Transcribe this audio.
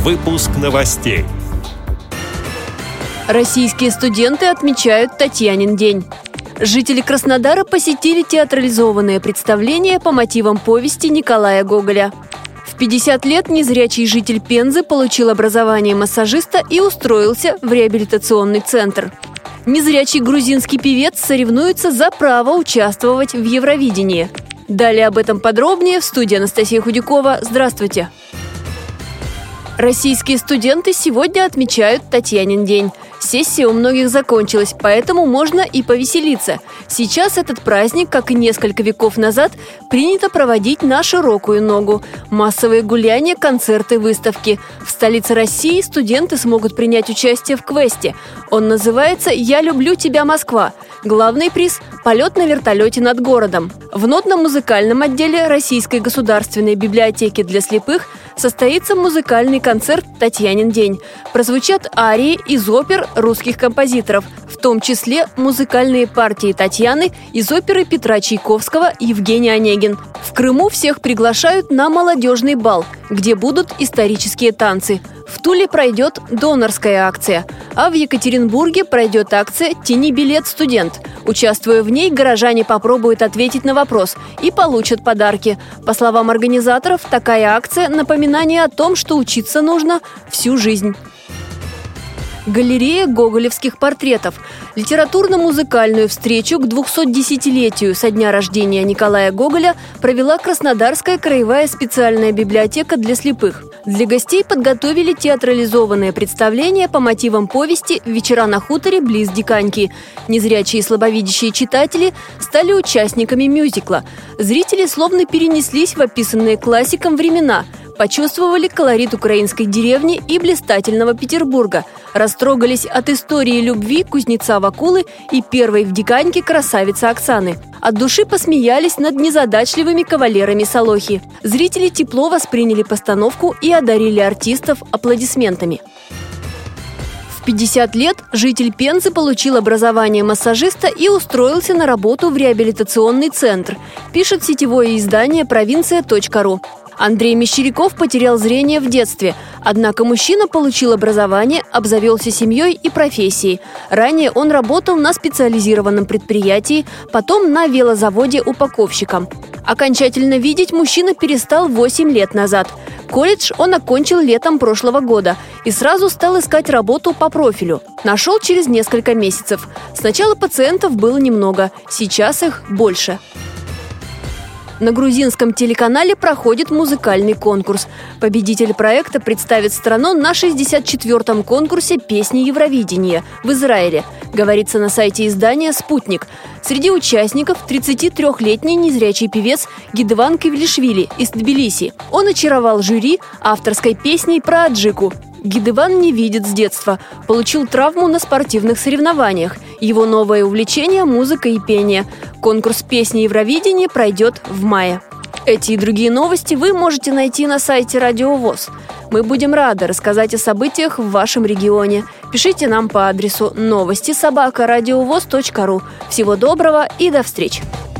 Выпуск новостей. Российские студенты отмечают Татьянин день. Жители Краснодара посетили театрализованное представление по мотивам повести Николая Гоголя. В 50 лет незрячий житель Пензы получил образование массажиста и устроился в реабилитационный центр. Незрячий грузинский певец соревнуется за право участвовать в Евровидении. Далее об этом подробнее в студии Анастасия Худякова. Здравствуйте! Российские студенты сегодня отмечают Татьянин день. Сессия у многих закончилась, поэтому можно и повеселиться. Сейчас этот праздник, как и несколько веков назад, принято проводить на широкую ногу. Массовые гуляния, концерты, выставки. В столице России студенты смогут принять участие в квесте. Он называется «Я люблю тебя, Москва». Главный приз – полет на вертолете над городом. В нотно-музыкальном отделе Российской государственной библиотеки для слепых состоится музыкальный концерт «Татьянин день». Прозвучат арии из опер русских композиторов, в том числе музыкальные партии Татьяны из оперы Петра Чайковского «Евгений Онегин». В Крыму всех приглашают на молодежный бал, где будут исторические танцы. В Туле пройдет донорская акция, а в Екатеринбурге пройдет акция «Тяни билет, студент». Участвуя в ней, горожане попробуют ответить на вопрос и получат подарки. По словам организаторов, такая акция – напоминание о том, что учиться нужно всю жизнь. Галерея гоголевских портретов. Литературно-музыкальную встречу к 210-летию со дня рождения Николая Гоголя провела Краснодарская краевая специальная библиотека для слепых. Для гостей подготовили театрализованное представление по мотивам повести «Вечера на хуторе близ Диканьки». Незрячие и слабовидящие читатели стали участниками мюзикла. Зрители словно перенеслись в описанные классиком времена – почувствовали колорит украинской деревни и блистательного Петербурга, растрогались от истории любви кузнеца Вакулы и первой в Диканьке красавицы Оксаны. От души посмеялись над незадачливыми кавалерами Солохи. Зрители тепло восприняли постановку и одарили артистов аплодисментами. В 50 лет житель Пензы получил образование массажиста и устроился на работу в реабилитационный центр, пишет сетевое издание «Провинция.ру». Андрей Мещеряков потерял зрение в детстве, однако мужчина получил образование, обзавелся семьей и профессией. Ранее он работал на специализированном предприятии, потом на велозаводе упаковщиком. Окончательно видеть мужчина перестал 8 лет назад. Колледж он окончил летом прошлого года и сразу стал искать работу по профилю. Нашел через несколько месяцев. Сначала пациентов было немного, сейчас их больше. На грузинском телеканале проходит музыкальный конкурс. Победитель проекта представит страну на 64-м конкурсе «Песни Евровидения» в Израиле, говорится на сайте издания «Спутник». Среди участников 33-летний незрячий певец Гидеван Кивлишвили из Тбилиси. Он очаровал жюри авторской песней про аджику. Гидеван не видит с детства, получил травму на спортивных соревнованиях. Его новое увлечение – музыка и пение. Конкурс «Песни Евровидения» пройдет в мае. Эти и другие новости вы можете найти на сайте Радио ВОС. Мы будем рады рассказать о событиях в вашем регионе. Пишите нам по адресу новости@радиовос.ру. Всего доброго и до встречи!